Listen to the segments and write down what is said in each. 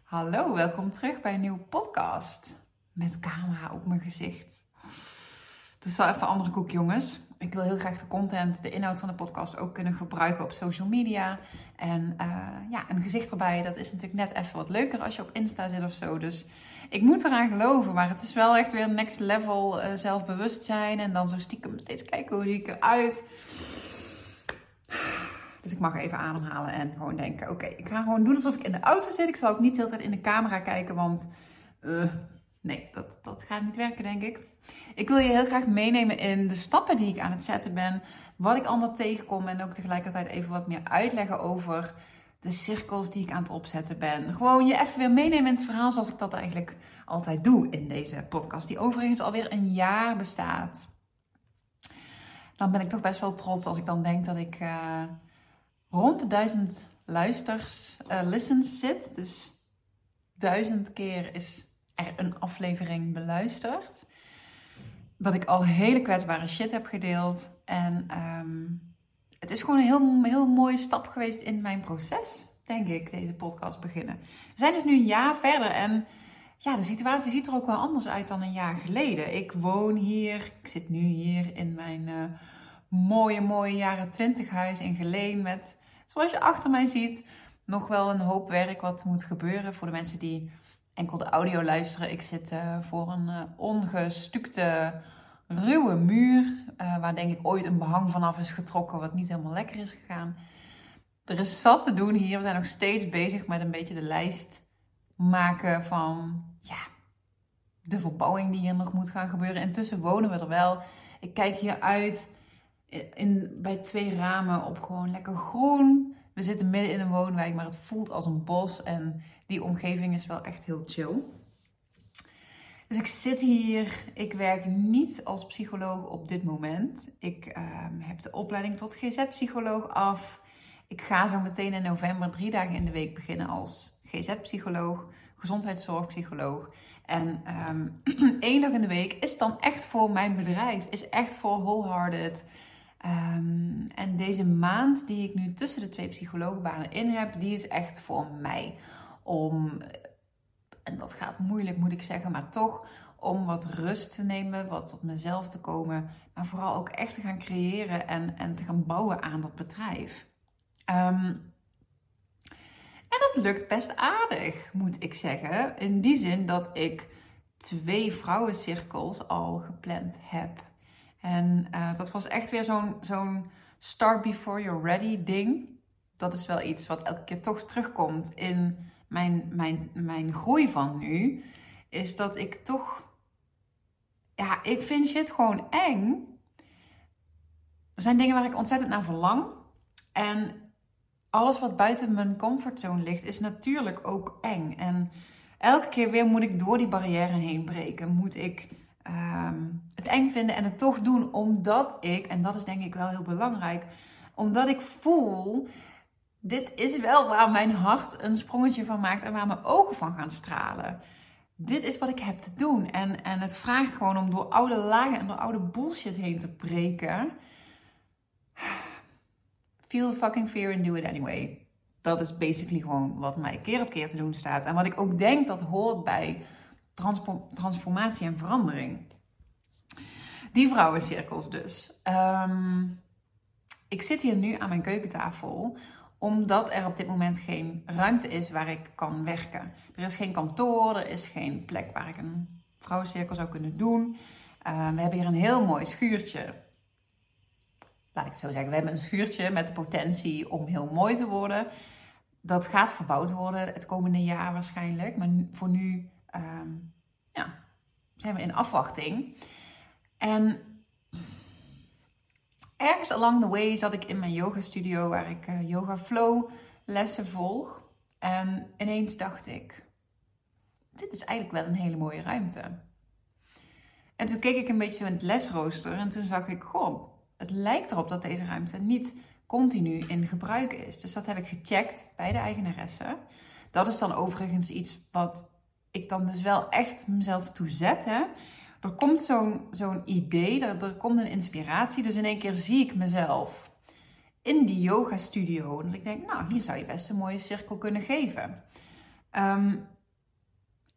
Hallo, welkom terug bij een nieuwe podcast. Met camera op mijn gezicht. Het is wel even een andere koek, jongens. Ik wil heel graag de content, de inhoud van de podcast ook kunnen gebruiken op social media. En een gezicht erbij, dat is natuurlijk net even wat leuker als je op Insta zit of zo. Dus ik moet eraan geloven, maar het is wel echt weer next level zelfbewustzijn. En dan zo stiekem steeds kijken hoe zie ik eruit. Dus ik mag even ademhalen en gewoon denken, oké, ik ga gewoon doen alsof ik in de auto zit. Ik zal ook niet de hele tijd in de camera kijken, want nee, dat gaat niet werken, denk ik. Ik wil je heel graag meenemen in de stappen die ik aan het zetten ben. Wat ik allemaal tegenkom en ook tegelijkertijd even wat meer uitleggen over de cirkels die ik aan het opzetten ben. Gewoon je even weer meenemen in het verhaal zoals ik dat eigenlijk altijd doe in deze podcast. Die overigens alweer een jaar bestaat. Dan ben ik toch best wel trots als ik dan denk dat ik rond de 1000 listens zit. Dus 1000 keer is er een aflevering beluisterd. Dat ik al hele kwetsbare shit heb gedeeld. En het is gewoon een heel mooie stap geweest in mijn proces, denk ik, deze podcast beginnen. We zijn dus nu een jaar verder en ja, de situatie ziet er ook wel anders uit dan een jaar geleden. Ik woon hier, ik zit nu hier in mijn mooie jaren 20 huis in Geleen met, zoals je achter mij ziet, nog wel een hoop werk wat moet gebeuren voor de mensen die enkel de audio luisteren. Ik zit voor een ongestukte, ruwe muur, waar denk ik ooit een behang vanaf is getrokken wat niet helemaal lekker is gegaan. Er is zat te doen hier. We zijn nog steeds bezig met een beetje de lijst maken van de verbouwing die hier nog moet gaan gebeuren. Intussen wonen we er wel. Ik kijk hier uit bij 2 ramen op gewoon lekker groen. We zitten midden in een woonwijk, maar het voelt als een bos. En die omgeving is wel echt heel chill. Dus ik zit hier. Ik werk niet als psycholoog op dit moment. Ik heb de opleiding tot GZ-psycholoog af. Ik ga zo meteen in november 3 dagen in de week beginnen als GZ-psycholoog, gezondheidszorgpsycholoog. En 1 dag in de week is dan echt voor mijn bedrijf, is echt voor Wholehearted. En deze maand die ik nu tussen de 2 psycholoogbanen in heb, die is echt voor mij. En dat gaat moeilijk moet ik zeggen, maar toch om wat rust te nemen, wat tot mezelf te komen. Maar vooral ook echt te gaan creëren en te gaan bouwen aan dat bedrijf. En dat lukt best aardig, moet ik zeggen. In die zin dat ik 2 vrouwencirkels al gepland heb. En dat was echt weer zo'n start before you're ready ding. Dat is wel iets wat elke keer toch terugkomt in mijn groei van nu. Is dat ik toch... Ja, ik vind shit gewoon eng. Er zijn dingen waar ik ontzettend naar verlang. En alles wat buiten mijn comfortzone ligt is natuurlijk ook eng. En elke keer weer moet ik door die barrière heen breken. Moet ik het eng vinden en het toch doen omdat ik, en dat is denk ik wel heel belangrijk, omdat ik voel, dit is wel waar mijn hart een sprongetje van maakt en waar mijn ogen van gaan stralen. Dit is wat ik heb te doen. En het vraagt gewoon om door oude lagen en door oude bullshit heen te breken. Feel the fucking fear and do it anyway. Dat is basically gewoon wat mij keer op keer te doen staat. En wat ik ook denk dat hoort bij transformatie en verandering. Die vrouwencirkels dus. Ik zit hier nu aan mijn keukentafel omdat er op dit moment geen ruimte is waar ik kan werken. Er is geen kantoor, er is geen plek waar ik een vrouwencirkel zou kunnen doen. We hebben hier een heel mooi schuurtje. Laat ik het zo zeggen, we hebben een schuurtje met de potentie om heel mooi te worden. Dat gaat verbouwd worden het komende jaar waarschijnlijk. Maar voor nu zijn we in afwachting. En ergens along the way zat ik in mijn yogastudio waar ik yoga flow lessen volg. En ineens dacht ik, dit is eigenlijk wel een hele mooie ruimte. En toen keek ik een beetje zo in het lesrooster en toen zag ik, goh, het lijkt erop dat deze ruimte niet continu in gebruik is. Dus dat heb ik gecheckt bij de eigenaresse. Dat is dan overigens iets wat ik dan dus wel echt mezelf toe zet. Hè? Er komt zo'n idee, er komt een inspiratie. Dus in één keer zie ik mezelf in die yoga studio. En ik denk, nou, hier zou je best een mooie cirkel kunnen geven.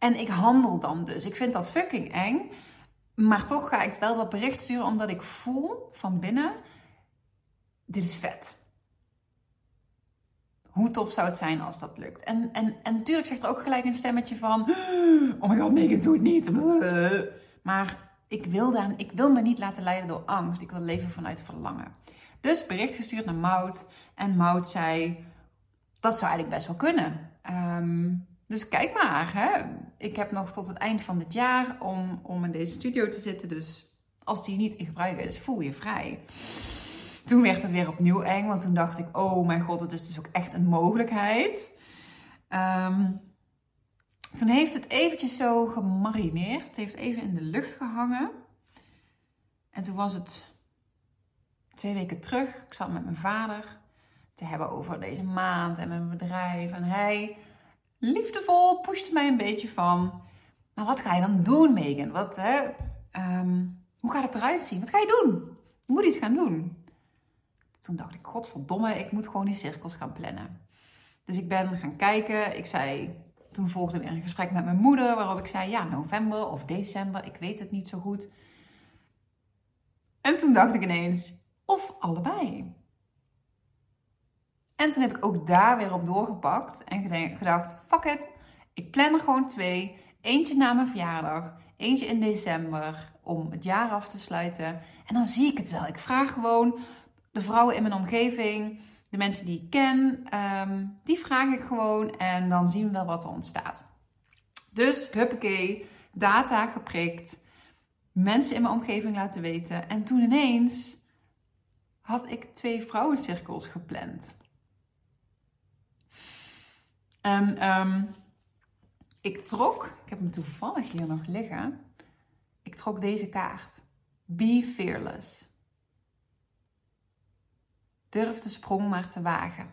En ik handel dan dus. Ik vind dat fucking eng. Maar toch ga ik wel dat bericht sturen omdat ik voel van binnen, dit is vet. Hoe tof zou het zijn als dat lukt? En natuurlijk zegt er ook gelijk een stemmetje van, oh my god, Megan, doe het niet. Maar ik wil me niet laten leiden door angst. Ik wil leven vanuit verlangen. Dus bericht gestuurd naar Maud. En Maud zei, dat zou eigenlijk best wel kunnen. Dus kijk maar. Hè? Ik heb nog tot het eind van dit jaar om in deze studio te zitten. Dus als die niet in gebruik is, voel je vrij. Toen werd het weer opnieuw eng. Want toen dacht ik, oh mijn god, het is dus ook echt een mogelijkheid. Toen heeft het eventjes zo gemarineerd. Het heeft even in de lucht gehangen. En toen was het 2 weken terug. Ik zat met mijn vader te hebben over deze maand en mijn bedrijf. En hij, liefdevol, pushte mij een beetje van, maar wat ga je dan doen, Megan? Hoe gaat het eruit zien? Wat ga je doen? Je moet iets gaan doen. Toen dacht ik, godverdomme, ik moet gewoon die cirkels gaan plannen. Dus ik ben gaan kijken. Toen volgde weer een gesprek met mijn moeder, waarop ik zei, ja, november of december, ik weet het niet zo goed. En toen dacht ik ineens, of allebei. En toen heb ik ook daar weer op doorgepakt en gedacht, fuck it, ik plan er gewoon 2. Eentje na mijn verjaardag, eentje in december om het jaar af te sluiten. En dan zie ik het wel. Ik vraag gewoon de vrouwen in mijn omgeving, de mensen die ik ken, die vraag ik gewoon en dan zien we wel wat er ontstaat. Dus, huppakee, data geprikt, mensen in mijn omgeving laten weten. En toen ineens had ik 2 vrouwencirkels gepland. En ik heb hem toevallig hier nog liggen. Ik trok deze kaart. Be fearless. Durf de sprong maar te wagen.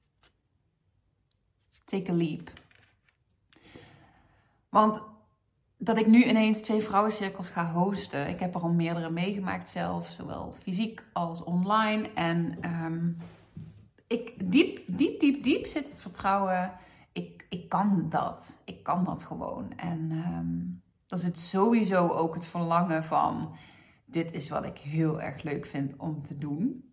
Take a leap. Want dat ik nu ineens 2 vrouwencirkels ga hosten. Ik heb er al meerdere meegemaakt zelf. Zowel fysiek als online. En diep zit het vertrouwen. Ik kan dat. Ik kan dat gewoon. En dan zit sowieso ook het verlangen van, dit is wat ik heel erg leuk vind om te doen.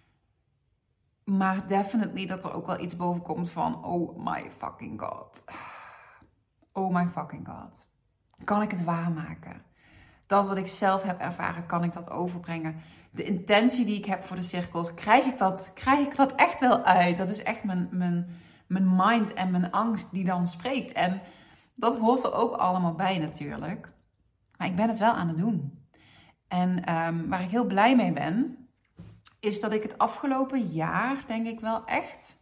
Maar definitely dat er ook wel iets boven komt van, oh my fucking god. Oh my fucking god. Kan ik het waarmaken? Dat wat ik zelf heb ervaren, kan ik dat overbrengen? De intentie die ik heb voor de cirkels, krijg ik dat echt wel uit? Dat is echt mijn mind en mijn angst die dan spreekt. En dat hoort er ook allemaal bij natuurlijk. Maar ik ben het wel aan het doen. En waar ik heel blij mee ben, is dat ik het afgelopen jaar, denk ik wel echt,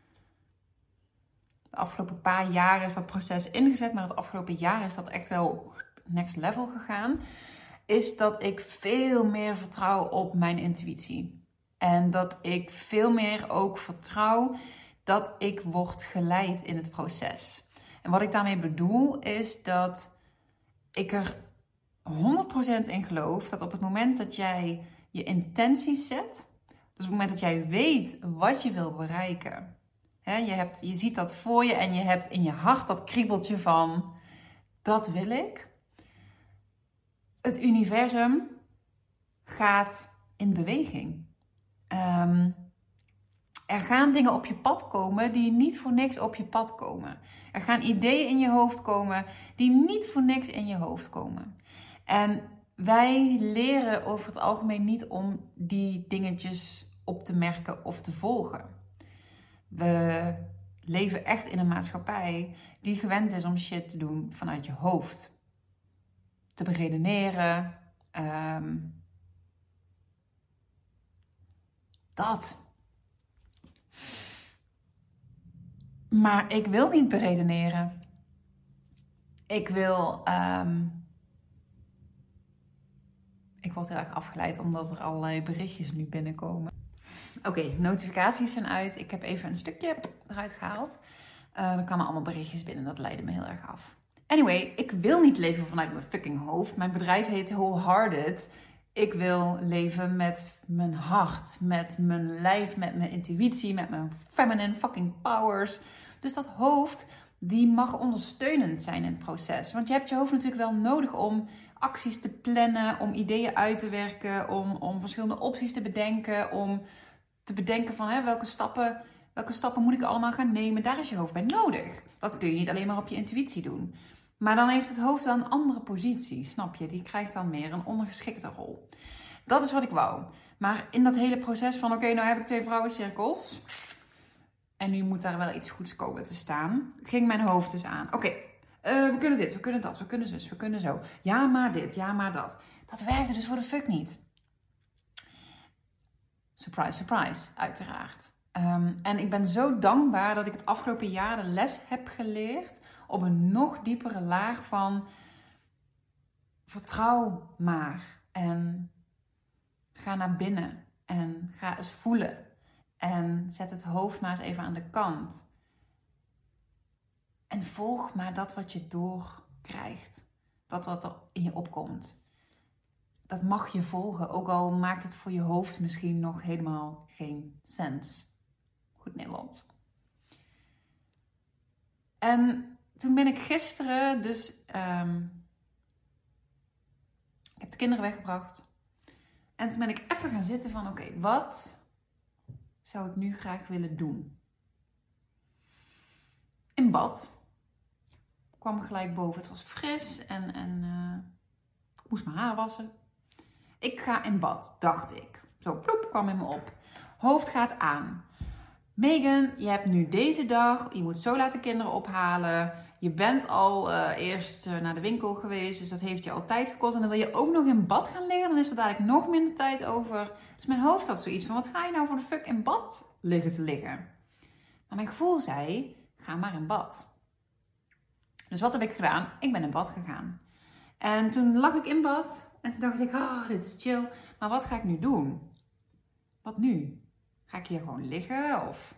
de afgelopen paar jaar is dat proces ingezet, maar het afgelopen jaar is dat echt wel next level gegaan, is dat ik veel meer vertrouw op mijn intuïtie. En dat ik veel meer ook vertrouw dat ik word geleid in het proces. En wat ik daarmee bedoel is dat ik er 100% in geloof dat op het moment dat jij je intenties zet, dus op het moment dat jij weet wat je wil bereiken, je ziet dat voor je en je hebt in je hart dat kriebeltje van, dat wil ik. Het universum gaat in beweging. Er gaan dingen op je pad komen die niet voor niks op je pad komen. Er gaan ideeën in je hoofd komen die niet voor niks in je hoofd komen. En wij leren over het algemeen niet om die dingetjes op te merken of te volgen. We leven echt in een maatschappij die gewend is om shit te doen vanuit je hoofd. Te beredeneren. Dat. Maar ik wil niet beredeneren. Ik word heel erg afgeleid omdat er allerlei berichtjes nu binnenkomen. Oké, notificaties zijn uit. Ik heb even een stukje eruit gehaald. Er kwamen allemaal berichtjes binnen. Dat leidde me heel erg af. Anyway, ik wil niet leven vanuit mijn fucking hoofd. Mijn bedrijf heet Wholehearted. Ik wil leven met mijn hart, met mijn lijf, met mijn intuïtie, met mijn feminine fucking powers. Dus dat hoofd, die mag ondersteunend zijn in het proces. Want je hebt je hoofd natuurlijk wel nodig om acties te plannen, om ideeën uit te werken, om verschillende opties te bedenken, om te bedenken van welke stappen moet ik allemaal gaan nemen. Daar is je hoofd bij nodig. Dat kun je niet alleen maar op je intuïtie doen. Maar dan heeft het hoofd wel een andere positie, snap je? Die krijgt dan meer een ondergeschikte rol. Dat is wat ik wou. Maar in dat hele proces van nou heb ik 2 vrouwencirkels. En nu moet daar wel iets goeds komen te staan. Ging mijn hoofd dus aan. We kunnen dit, we kunnen dat, we kunnen zus, we kunnen zo. Ja, maar dit, ja, maar dat. Dat werkte dus voor de fuck niet. Surprise, surprise, uiteraard. En ik ben zo dankbaar dat ik het afgelopen jaar de les heb geleerd op een nog diepere laag van vertrouw maar. En ga naar binnen en ga eens voelen. En zet het hoofd maar eens even aan de kant. En volg maar dat wat je doorkrijgt. Dat wat er in je opkomt. Dat mag je volgen, ook al maakt het voor je hoofd misschien nog helemaal geen sens. Goed Nederlands. En toen ben ik gisteren dus... ik heb de kinderen weggebracht. En toen ben ik even gaan zitten van oké, wat zou ik nu graag willen doen? In bad. Ik kwam gelijk boven. Het was fris en ik moest mijn haar wassen. Ik ga in bad, dacht ik. Zo, ploep, kwam in me op. Hoofd gaat aan. Megan, je hebt nu deze dag. Je moet zo laat de kinderen ophalen. Je bent al eerst naar de winkel geweest. Dus dat heeft je al tijd gekost. En dan wil je ook nog in bad gaan liggen. Dan is er dadelijk nog minder tijd over. Dus mijn hoofd had zoiets van, wat ga je nou voor de fuck in bad liggen te liggen? Maar mijn gevoel zei, ga maar in bad. Dus wat heb ik gedaan? Ik ben in bad gegaan. En toen lag ik in bad. En toen dacht ik, oh, dit is chill. Maar wat ga ik nu doen? Wat nu? Ga ik hier gewoon liggen? Of...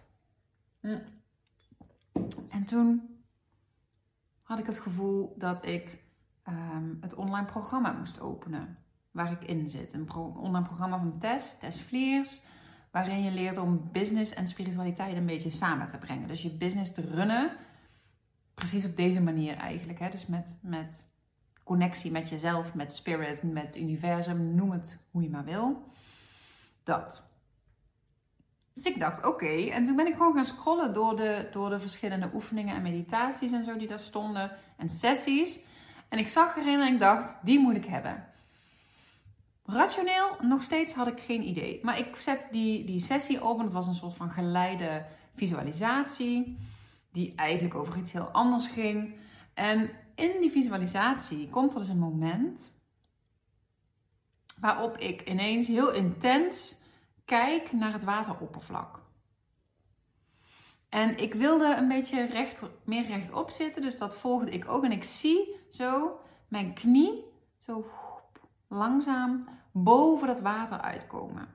En toen had ik het gevoel dat ik het online programma moest openen. Waar ik in zit. Een online programma van Tess Vliers. Waarin je leert om business en spiritualiteit een beetje samen te brengen. Dus je business te runnen. Precies op deze manier eigenlijk. Hè? Dus met connectie met jezelf, met spirit, met het universum. Noem het hoe je maar wil. Dat. Dus ik dacht, oké. En toen ben ik gewoon gaan scrollen door de verschillende oefeningen en meditaties en zo die daar stonden. En sessies. En ik zag erin en ik dacht, die moet ik hebben. Rationeel, nog steeds had ik geen idee. Maar ik zet die sessie op en het was een soort van geleide visualisatie. Die eigenlijk over iets heel anders ging. En in die visualisatie komt er dus een moment waarop ik ineens heel intens kijk naar het wateroppervlak. En ik wilde een beetje meer rechtop zitten, dus dat volgde ik ook. En ik zie zo mijn knie zo langzaam boven dat water uitkomen.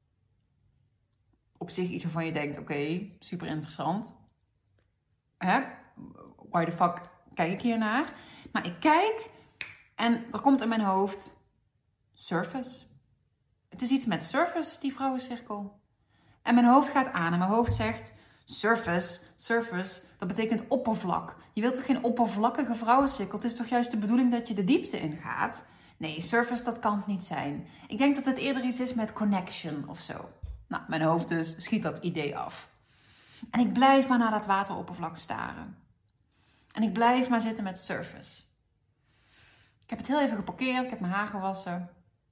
Op zich iets waarvan je denkt, oké, super interessant. Hè? Why the fuck kijk ik hier naar? Maar ik kijk en er komt in mijn hoofd surface. Het is iets met surface, die vrouwencirkel. En mijn hoofd gaat aan en mijn hoofd zegt surface, dat betekent oppervlak. Je wilt toch geen oppervlakkige vrouwencirkel? Het is toch juist de bedoeling dat je de diepte ingaat? Nee, surface, dat kan het niet zijn. Ik denk dat het eerder iets is met connection of zo. Nou, mijn hoofd dus schiet dat idee af. En ik blijf maar naar dat wateroppervlak staren. En ik blijf maar zitten met surface. Ik heb het heel even geparkeerd, ik heb mijn haar gewassen.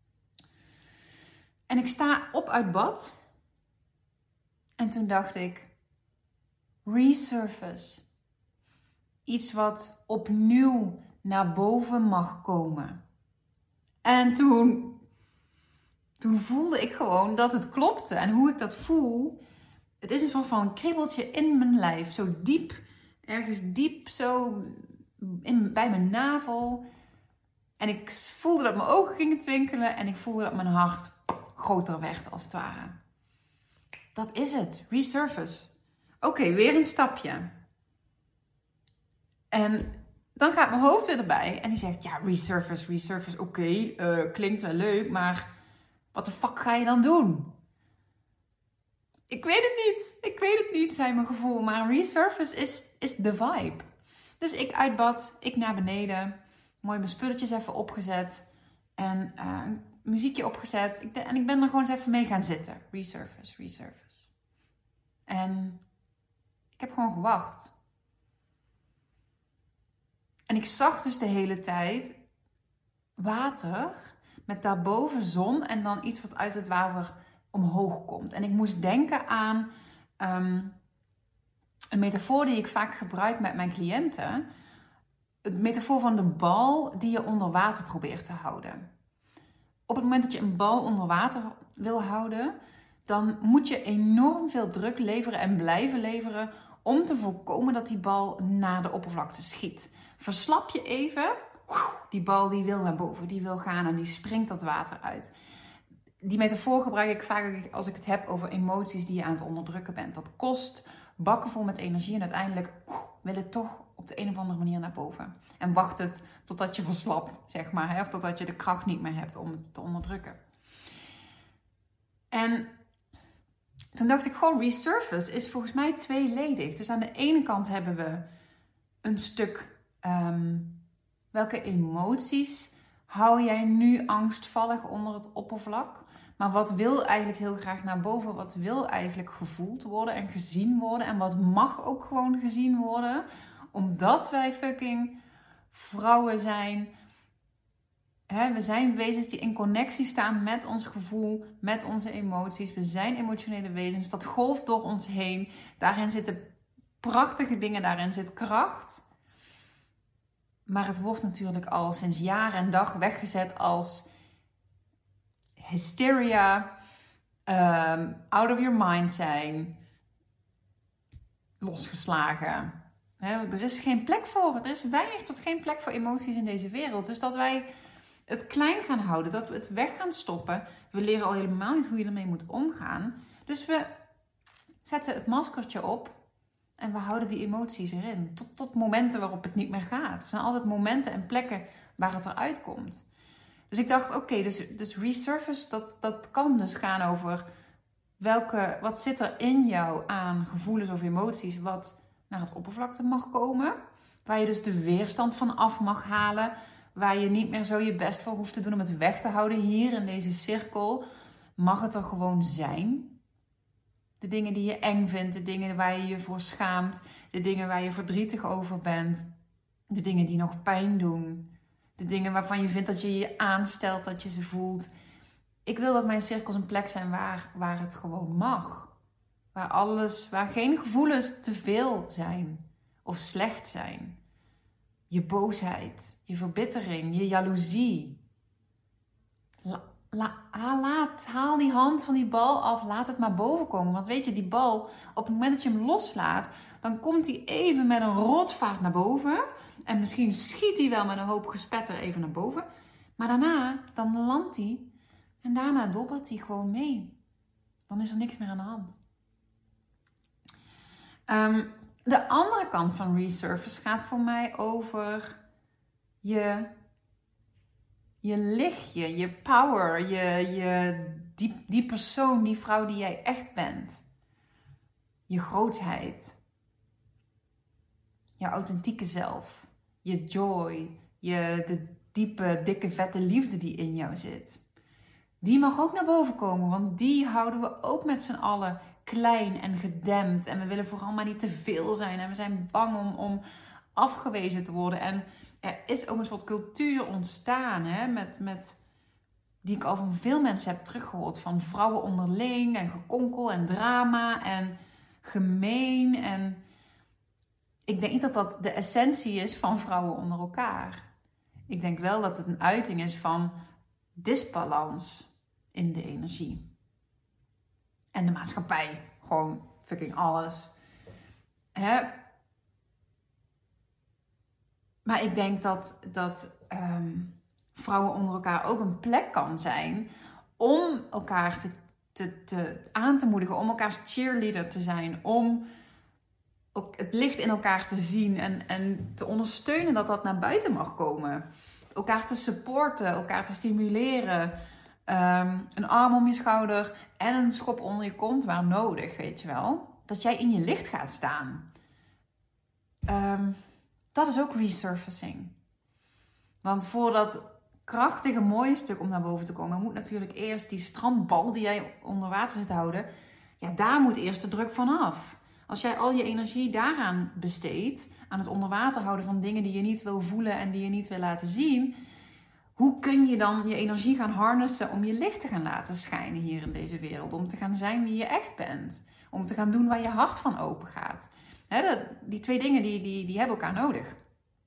En ik sta op uit bad. En toen dacht ik, resurface. Iets wat opnieuw naar boven mag komen. En toen voelde ik gewoon dat het klopte. En hoe ik dat voel, het is een soort van kriebeltje in mijn lijf. Zo diep, ergens diep, zo bij mijn navel. En ik voelde dat mijn ogen gingen twinkelen. En ik voelde dat mijn hart groter werd als het ware. Dat is het, resurface. Oké, weer een stapje. En dan gaat mijn hoofd weer erbij. En die zegt, ja, resurface, oké, klinkt wel leuk, maar wat de fuck ga je dan doen? Ik weet het niet, zei mijn gevoel. Maar resurface is de vibe. Dus ik uit bad, ik naar beneden. Mooi mijn spulletjes even opgezet. En een muziekje opgezet. En ik ben er gewoon eens even mee gaan zitten. Resurface. En ik heb gewoon gewacht. En ik zag dus de hele tijd water met daarboven zon en dan iets wat uit het water omhoog komt. En ik moest denken aan een metafoor die ik vaak gebruik met mijn cliënten. Het metafoor van de bal die je onder water probeert te houden. Op het moment dat je een bal onder water wil houden, dan moet je enorm veel druk leveren en blijven leveren om te voorkomen dat die bal naar de oppervlakte schiet. Verslap je even, die bal die wil naar boven, die wil gaan en die springt dat water uit. Die metafoor gebruik ik vaak als ik het heb over emoties die je aan het onderdrukken bent. Dat kost bakken vol met energie en uiteindelijk wil het toch op de een of andere manier naar boven. En wacht het totdat je verslapt, zeg maar. Of totdat je de kracht niet meer hebt om het te onderdrukken. En toen dacht ik gewoon, resurface is volgens mij tweeledig. Dus aan de ene kant hebben we een stuk, welke emoties hou jij nu angstvallig onder het oppervlak? Maar wat wil eigenlijk heel graag naar boven? Wat wil eigenlijk gevoeld worden en gezien worden? En wat mag ook gewoon gezien worden? Omdat wij fucking vrouwen zijn. We zijn wezens die in connectie staan met ons gevoel, met onze emoties. We zijn emotionele wezens. Dat golft door ons heen. Daarin zitten prachtige dingen, daarin zit kracht. Maar het wordt natuurlijk al sinds jaar en dag weggezet als hysteria, out of your mind zijn, losgeslagen. Er is geen plek voor. Er is weinig tot geen plek voor emoties in deze wereld. Dus dat wij het klein gaan houden, dat we het weg gaan stoppen. We leren al helemaal niet hoe je ermee moet omgaan. Dus we zetten het maskertje op en we houden die emoties erin. Tot momenten waarop het niet meer gaat. Er zijn altijd momenten en plekken waar het eruit komt. Dus ik dacht, oké, dus resurface, dat kan dus gaan over wat zit er in jou aan gevoelens of emoties wat naar het oppervlakte mag komen. Waar je dus de weerstand van af mag halen. Waar je niet meer zo je best voor hoeft te doen om het weg te houden. Hier in deze cirkel mag het er gewoon zijn. De dingen die je eng vindt, de dingen waar je je voor schaamt. De dingen waar je verdrietig over bent. De dingen die nog pijn doen. De dingen waarvan je vindt dat je je aanstelt, dat je ze voelt. Ik wil dat mijn cirkels een plek zijn waar het gewoon mag. Waar geen gevoelens te veel zijn of slecht zijn. Je boosheid, je verbittering, je jaloezie. Haal die hand van die bal af, laat het maar boven komen. Want weet je, die bal, op het moment dat je hem loslaat, dan komt hij even met een rotvaart naar boven. En misschien schiet hij wel met een hoop gespetter even naar boven. Maar daarna, dan landt hij. En daarna dobbert hij gewoon mee. Dan is er niks meer aan de hand. De andere kant van resurface gaat voor mij over je lichtje, je power, die persoon, die vrouw die jij echt bent. Je grootheid. Je authentieke zelf. Je joy. De diepe, dikke, vette liefde die in jou zit. Die mag ook naar boven komen, want die houden we ook met z'n allen klein en gedempt. En we willen vooral maar niet te veel zijn. En we zijn bang om afgewezen te worden. En er is ook een soort cultuur ontstaan, die ik al van veel mensen heb teruggehoord. Van vrouwen onderling en gekonkel en drama en gemeen. En ik denk niet dat dat de essentie is van vrouwen onder elkaar. Ik denk wel dat het een uiting is van disbalans in de energie. En de maatschappij. Gewoon fucking alles. Maar ik denk dat vrouwen onder elkaar ook een plek kan zijn om elkaar aan te moedigen. Om elkaars cheerleader te zijn. Om ook het licht in elkaar te zien en te ondersteunen dat naar buiten mag komen. Elkaar te supporten, elkaar te stimuleren. Een arm om je schouder en een schop onder je kont waar nodig, weet je wel. Dat jij in je licht gaat staan. dat is ook resurfacing. Want voor dat krachtige, mooie stuk om naar boven te komen, moet natuurlijk eerst die strandbal die jij onder water zit te houden, ja, daar moet eerst de druk van af. Als jij al je energie daaraan besteedt, aan het onder water houden van dingen die je niet wil voelen en die je niet wil laten zien, hoe kun je dan je energie gaan harnessen om je licht te gaan laten schijnen hier in deze wereld? Om te gaan zijn wie je echt bent. Om te gaan doen waar je hart van open gaat. Die twee dingen die hebben elkaar nodig.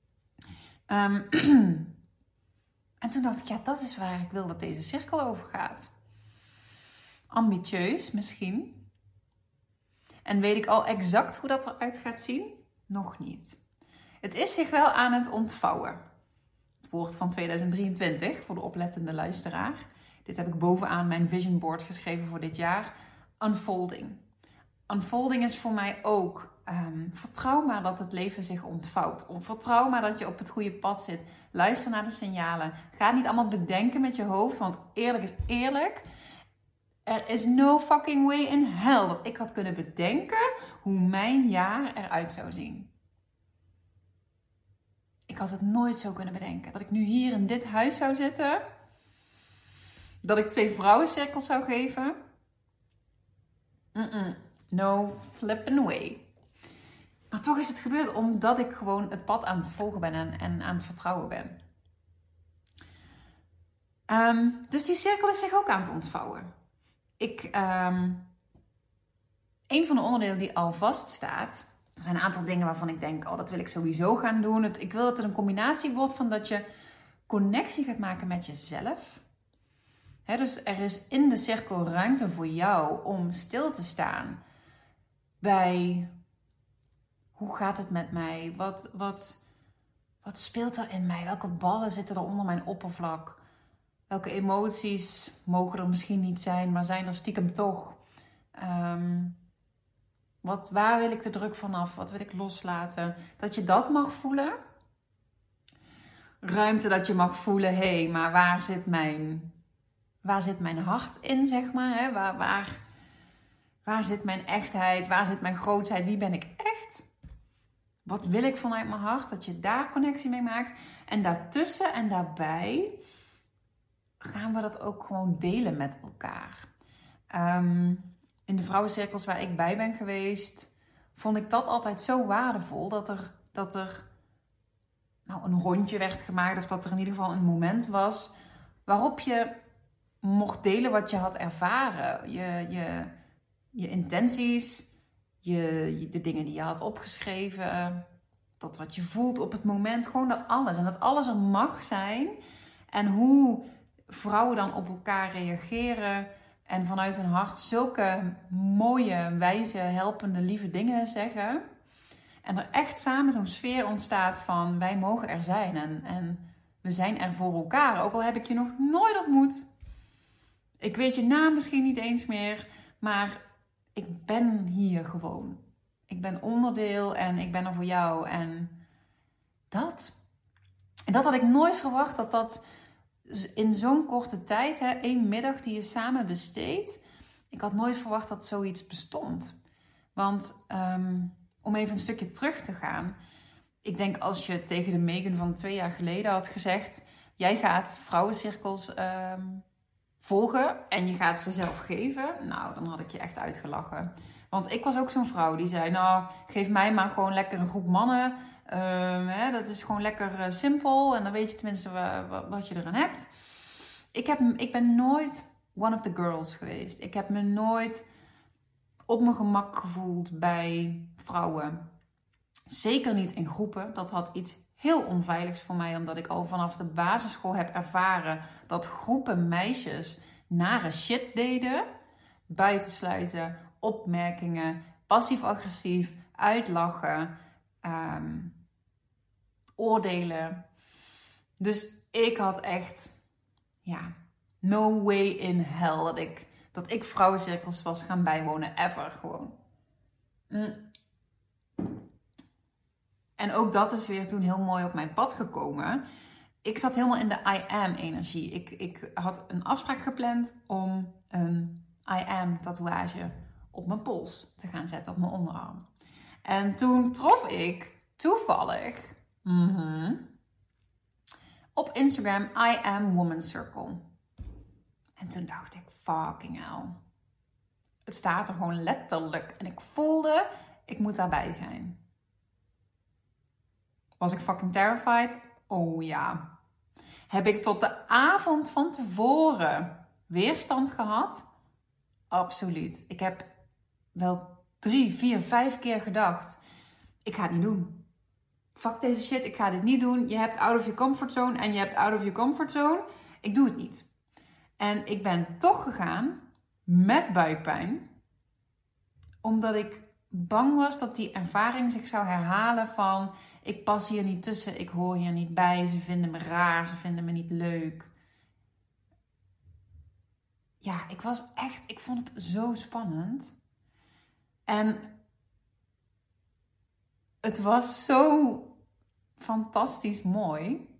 En toen dacht ik, ja, dat is waar ik wil dat deze cirkel over gaat. Ambitieus misschien. En weet ik al exact hoe dat eruit gaat zien? Nog niet. Het is zich wel aan het ontvouwen. Het woord van 2023 voor de oplettende luisteraar. Dit heb ik bovenaan mijn vision board geschreven voor dit jaar. Unfolding. Unfolding is voor mij ook vertrouw maar dat het leven zich ontvouwt. Vertrouw maar dat je op het goede pad zit. Luister naar de signalen. Ga niet allemaal bedenken met je hoofd, want eerlijk is eerlijk. Er is no fucking way in hell dat ik had kunnen bedenken hoe mijn jaar eruit zou zien. Ik had het nooit zo kunnen bedenken. Dat ik nu hier in dit huis zou zitten. Dat ik 2 vrouwencirkels zou geven. No flipping way. Maar toch is het gebeurd omdat ik gewoon het pad aan het volgen ben en aan het vertrouwen ben. Dus die cirkel is zich ook aan het ontvouwen. Een van de onderdelen die al vaststaat. Er zijn een aantal dingen waarvan ik denk, dat wil ik sowieso gaan doen. Ik wil dat het een combinatie wordt van dat je connectie gaat maken met jezelf. Dus er is in de cirkel ruimte voor jou om stil te staan bij hoe gaat het met mij? Wat speelt er in mij? Welke ballen zitten er onder mijn oppervlak? Welke emoties mogen er misschien niet zijn, maar zijn er stiekem toch? Waar wil ik de druk vanaf? Wat wil ik loslaten? Dat je dat mag voelen. Ruimte dat je mag voelen, maar waar zit mijn hart in, zeg maar? Hè? Waar zit mijn echtheid? Waar zit mijn grootsheid? Wie ben ik echt? Wat wil ik vanuit mijn hart? Dat je daar connectie mee maakt. En daartussen en daarbij gaan we dat ook gewoon delen met elkaar. In de vrouwencirkels waar ik bij ben geweest, vond ik dat altijd zo waardevol dat er een rondje werd gemaakt, of dat er in ieder geval een moment was waarop je mocht delen wat je had ervaren. Je intenties, de dingen die je had opgeschreven, dat wat je voelt op het moment, gewoon dat alles. En dat alles er mag zijn. En hoe vrouwen dan op elkaar reageren en vanuit hun hart zulke mooie, wijze, helpende, lieve dingen zeggen. En er echt samen zo'n sfeer ontstaat van wij mogen er zijn en we zijn er voor elkaar. Ook al heb ik je nog nooit ontmoet. Ik weet je naam misschien niet eens meer, maar ik ben hier gewoon. Ik ben onderdeel en ik ben er voor jou. En dat had ik nooit verwacht dat in zo'n korte tijd, 1 middag die je samen besteedt. Ik had nooit verwacht dat zoiets bestond. Want om even een stukje terug te gaan. Ik denk als je tegen de Megan van 2 jaar geleden had gezegd, jij gaat vrouwencirkels volgen en je gaat ze zelf geven. Nou, dan had ik je echt uitgelachen. Want ik was ook zo'n vrouw die zei, geef mij maar gewoon lekker een groep mannen. Dat is gewoon lekker simpel en dan weet je tenminste wat je eraan hebt. Ik ben nooit one of the girls geweest. Ik heb me nooit op mijn gemak gevoeld bij vrouwen. Zeker niet in groepen. Dat had iets heel onveiligs voor mij, omdat ik al vanaf de basisschool heb ervaren dat groepen meisjes nare shit deden. Buitensluiten, opmerkingen, passief-agressief, uitlachen, oordelen. Dus ik had echt, no way in hell dat ik vrouwencirkels was gaan bijwonen, ever gewoon. En ook dat is weer toen heel mooi op mijn pad gekomen. Ik zat helemaal in de I am energie. Ik had een afspraak gepland om een I am tatoeage op mijn pols te gaan zetten, op mijn onderarm. En toen trof ik toevallig Op Instagram, I am Woman Circle. En toen dacht ik, fucking hell. Het staat er gewoon letterlijk. En ik voelde, ik moet daarbij zijn. Was ik fucking terrified? Oh ja. Heb ik tot de avond van tevoren weerstand gehad? Absoluut. Ik heb wel 3, 4, 5 keer gedacht, ik ga het niet doen. Fuck deze shit, ik ga dit niet doen. Je hebt out of your comfort zone en je hebt out of your comfort zone. Ik doe het niet. En ik ben toch gegaan met buikpijn. Omdat ik bang was dat die ervaring zich zou herhalen van, ik pas hier niet tussen, ik hoor hier niet bij, ze vinden me raar, ze vinden me niet leuk. Ja, ik vond het zo spannend. En het was zo fantastisch mooi.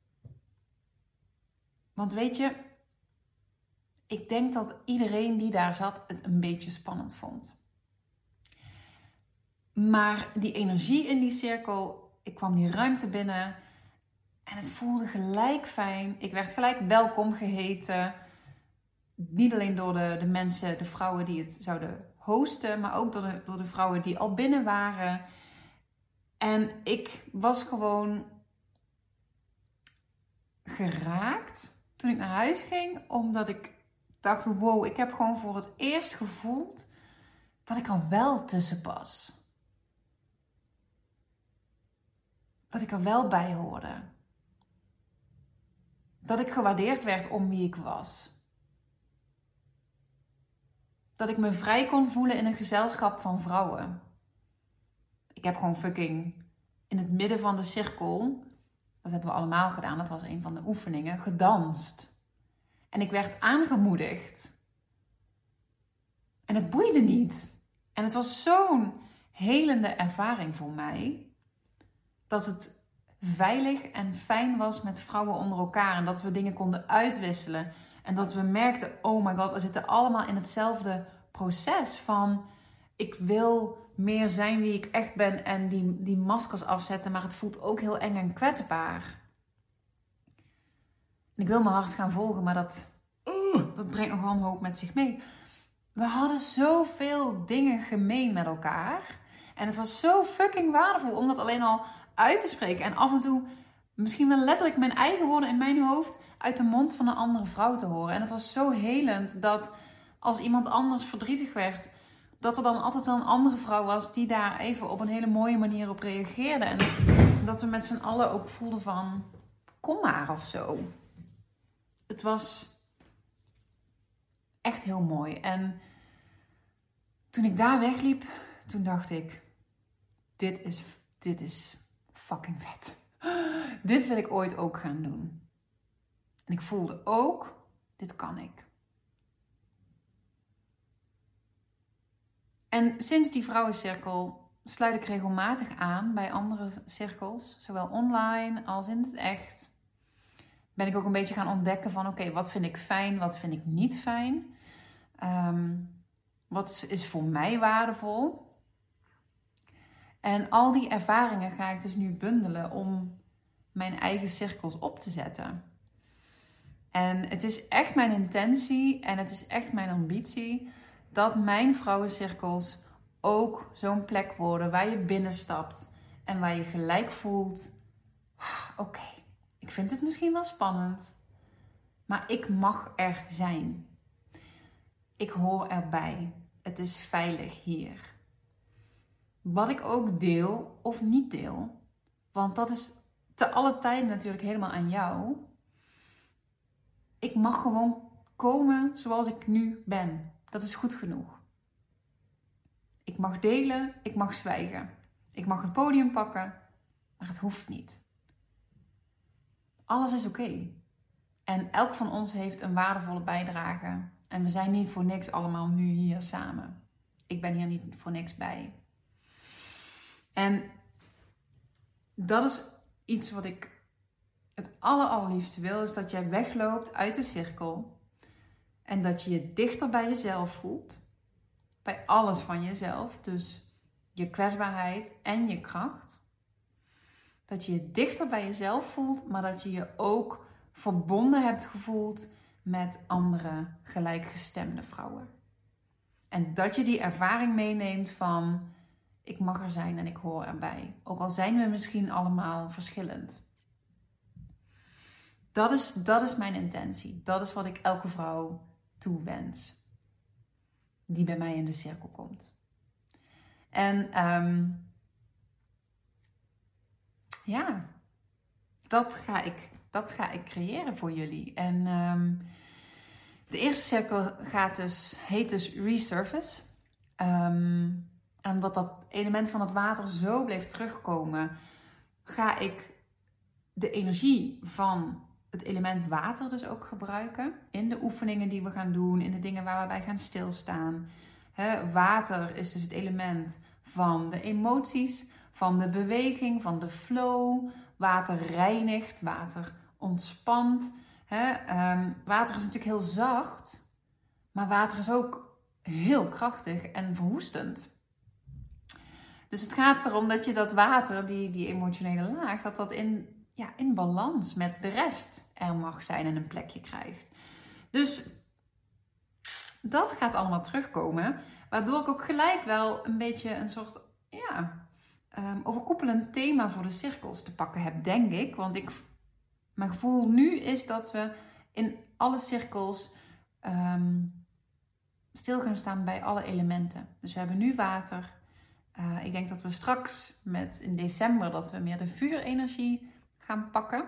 Want weet je, ik denk dat iedereen die daar zat het een beetje spannend vond. Maar die energie in die cirkel, ik kwam die ruimte binnen en het voelde gelijk fijn. Ik werd gelijk welkom geheten. Niet alleen door de mensen, de vrouwen die het zouden hosten, maar ook door de vrouwen die al binnen waren. En ik was gewoon geraakt toen ik naar huis ging, omdat ik dacht, wow, ik heb gewoon voor het eerst gevoeld dat ik er wel tussen pas. Dat ik er wel bij hoorde. Dat ik gewaardeerd werd om wie ik was. Dat ik me vrij kon voelen in een gezelschap van vrouwen. Ik heb gewoon fucking in het midden van de cirkel, dat hebben we allemaal gedaan, dat was een van de oefeningen, gedanst. En ik werd aangemoedigd. En het boeide niet. En het was zo'n helende ervaring voor mij, dat het veilig en fijn was met vrouwen onder elkaar. En dat we dingen konden uitwisselen. En dat we merkten, oh my god, we zitten allemaal in hetzelfde proces van, ik wil meer zijn wie ik echt ben en die maskers afzetten, maar het voelt ook heel eng en kwetsbaar. En ik wil mijn hart gaan volgen, maar dat brengt nogal een hoop met zich mee. We hadden zoveel dingen gemeen met elkaar. En het was zo fucking waardevol om dat alleen al uit te spreken. En af en toe misschien wel letterlijk mijn eigen woorden in mijn hoofd uit de mond van een andere vrouw te horen. En het was zo helend dat als iemand anders verdrietig werd, dat er dan altijd wel een andere vrouw was die daar even op een hele mooie manier op reageerde. En dat we met z'n allen ook voelden van, kom maar of zo. Het was echt heel mooi. En toen ik daar wegliep, toen dacht ik, dit is fucking vet. Dit wil ik ooit ook gaan doen. En ik voelde ook, dit kan ik. En sinds die vrouwencirkel sluit ik regelmatig aan bij andere cirkels, zowel online als in het echt. Ben ik ook een beetje gaan ontdekken van, oké, wat vind ik fijn, wat vind ik niet fijn? Wat is voor mij waardevol? En al die ervaringen ga ik dus nu bundelen om mijn eigen cirkels op te zetten. En het is echt mijn intentie en het is echt mijn ambitie dat mijn vrouwencirkels ook zo'n plek worden waar je binnenstapt en waar je gelijk voelt, oké, ik vind het misschien wel spannend, maar ik mag er zijn. Ik hoor erbij. Het is veilig hier. Wat ik ook deel of niet deel, want dat is te alle tijden natuurlijk helemaal aan jou. Ik mag gewoon komen zoals ik nu ben. Dat is goed genoeg. Ik mag delen, ik mag zwijgen. Ik mag het podium pakken, maar het hoeft niet. Alles is oké. En elk van ons heeft een waardevolle bijdrage. En we zijn niet voor niks allemaal nu hier samen. Ik ben hier niet voor niks bij. En dat is iets wat ik het allerliefste wil, is dat jij wegloopt uit de cirkel. En dat je je dichter bij jezelf voelt. Bij alles van jezelf. Dus je kwetsbaarheid en je kracht. Dat je je dichter bij jezelf voelt, maar dat je je ook verbonden hebt gevoeld met andere gelijkgestemde vrouwen. En dat je die ervaring meeneemt van, ik mag er zijn en ik hoor erbij. Ook al zijn we misschien allemaal verschillend. Dat is mijn intentie. Dat is wat ik elke vrouw toewens. Die bij mij in de cirkel komt. En ja, dat ga ik creëren voor jullie. En de eerste cirkel heet dus Resurface. En omdat dat element van het water zo bleef terugkomen, ga ik de energie van het element water dus ook gebruiken. In de oefeningen die we gaan doen, in de dingen waar we bij gaan stilstaan. Water is dus het element van de emoties, van de beweging, van de flow. Water reinigt, water ontspant. Water is natuurlijk heel zacht, maar water is ook heel krachtig en verwoestend. Dus het gaat erom dat je dat water, die emotionele laag, dat in balans met de rest er mag zijn en een plekje krijgt. Dus dat gaat allemaal terugkomen, waardoor ik ook gelijk wel een beetje een soort overkoepelend thema voor de cirkels te pakken heb, denk ik. Want mijn gevoel nu is dat we in alle cirkels stil gaan staan bij alle elementen. Dus we hebben nu water. Ik denk dat we straks in december dat we meer de vuurenergie gaan pakken.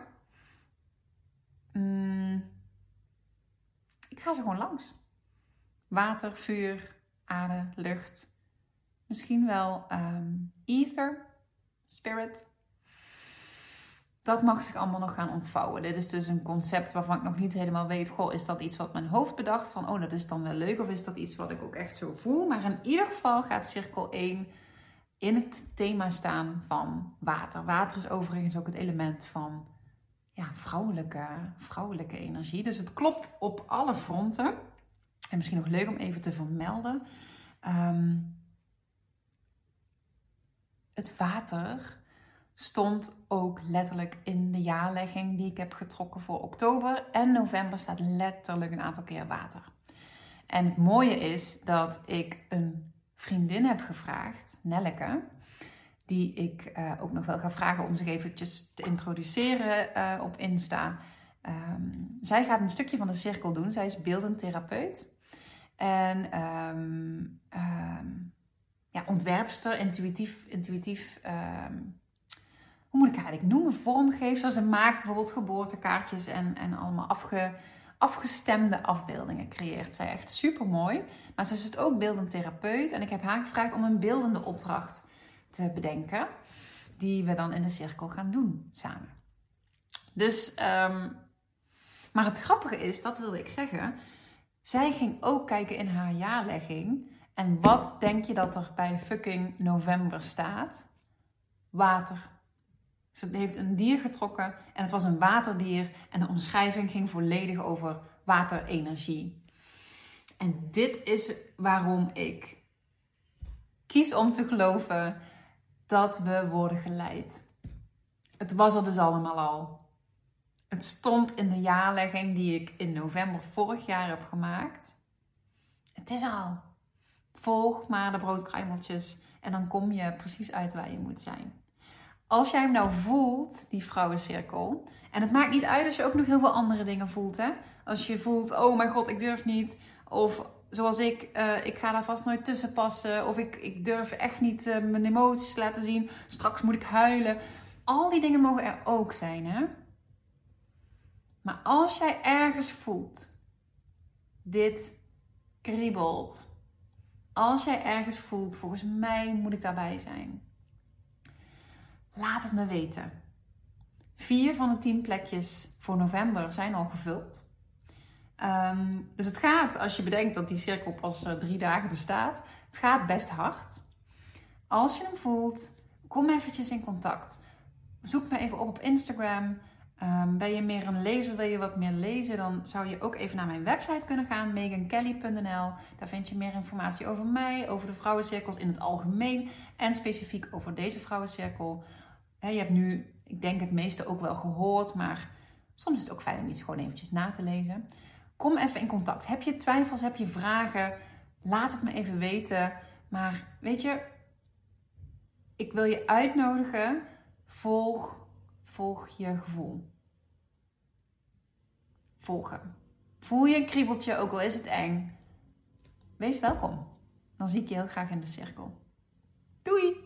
Ik ga ze gewoon langs. Water, vuur, aarde, lucht. Misschien wel ether, spirit. Dat mag zich allemaal nog gaan ontvouwen. Dit is dus een concept waarvan ik nog niet helemaal weet. Goh, is dat iets wat mijn hoofd bedacht? Van, oh, dat is dan wel leuk. Of is dat iets wat ik ook echt zo voel? Maar in ieder geval gaat cirkel 1 in het thema staan van water. Water is overigens ook het element van vrouwelijke energie. Dus het klopt op alle fronten. En misschien nog leuk om even te vermelden. Het water stond ook letterlijk in de jaarlegging die ik heb getrokken voor oktober. En november staat letterlijk een aantal keer water. En het mooie is dat ik een vriendin heb gevraagd, Nelleke, die ik ook nog wel ga vragen om zich eventjes te introduceren op Insta. Zij gaat een stukje van de cirkel doen. Zij is beeldend therapeut. En ontwerpster, intuïtief hoe moet ik haar eigenlijk noemen? Vormgeefster. Ze maakt bijvoorbeeld geboortekaartjes en allemaal afgestemde afbeeldingen creëert zij. Echt super mooi. Maar ze is dus ook beeldend therapeut. En ik heb haar gevraagd om een beeldende opdracht te bedenken. Die we dan in de cirkel gaan doen samen. Dus, maar het grappige is, dat wilde ik zeggen. Zij ging ook kijken in haar jaarlegging. En wat denk je dat er bij fucking november staat? Water. Ze heeft een dier getrokken en het was een waterdier. En de omschrijving ging volledig over waterenergie. En dit is waarom ik kies om te geloven dat we worden geleid. Het was er dus allemaal al. Het stond in de jaarlegging die ik in november vorig jaar heb gemaakt. Het is al. Volg maar de broodkruimeltjes en dan kom je precies uit waar je moet zijn. Als jij hem nou voelt, die vrouwencirkel, en het maakt niet uit als je ook nog heel veel andere dingen voelt, hè? Als je voelt, oh mijn god, ik durf niet. Of zoals ik ga daar vast nooit tussen passen. Of ik durf echt niet mijn emoties te laten zien. Straks moet ik huilen. Al die dingen mogen er ook zijn, hè? Maar als jij ergens voelt, dit kriebelt. Als jij ergens voelt, volgens mij moet ik daarbij zijn. Laat het me weten. 4 van de 10 plekjes voor november zijn al gevuld. Dus het gaat, als je bedenkt dat die cirkel pas 3 dagen bestaat, het gaat best hard. Als je hem voelt, kom eventjes in contact. Zoek me even op Instagram. Ben je meer een lezer, wil je wat meer lezen, dan zou je ook even naar mijn website kunnen gaan, megankelly.nl. Daar vind je meer informatie over mij, over de vrouwencirkels in het algemeen en specifiek over deze vrouwencirkel. Je hebt nu, ik denk het meeste ook wel gehoord, maar soms is het ook fijn om iets gewoon eventjes na te lezen. Kom even in contact. Heb je twijfels, heb je vragen? Laat het me even weten. Maar weet je, ik wil je uitnodigen. Volg je gevoel. Volgen. Voel je een kriebeltje, ook al is het eng. Wees welkom. Dan zie ik je heel graag in de cirkel. Doei!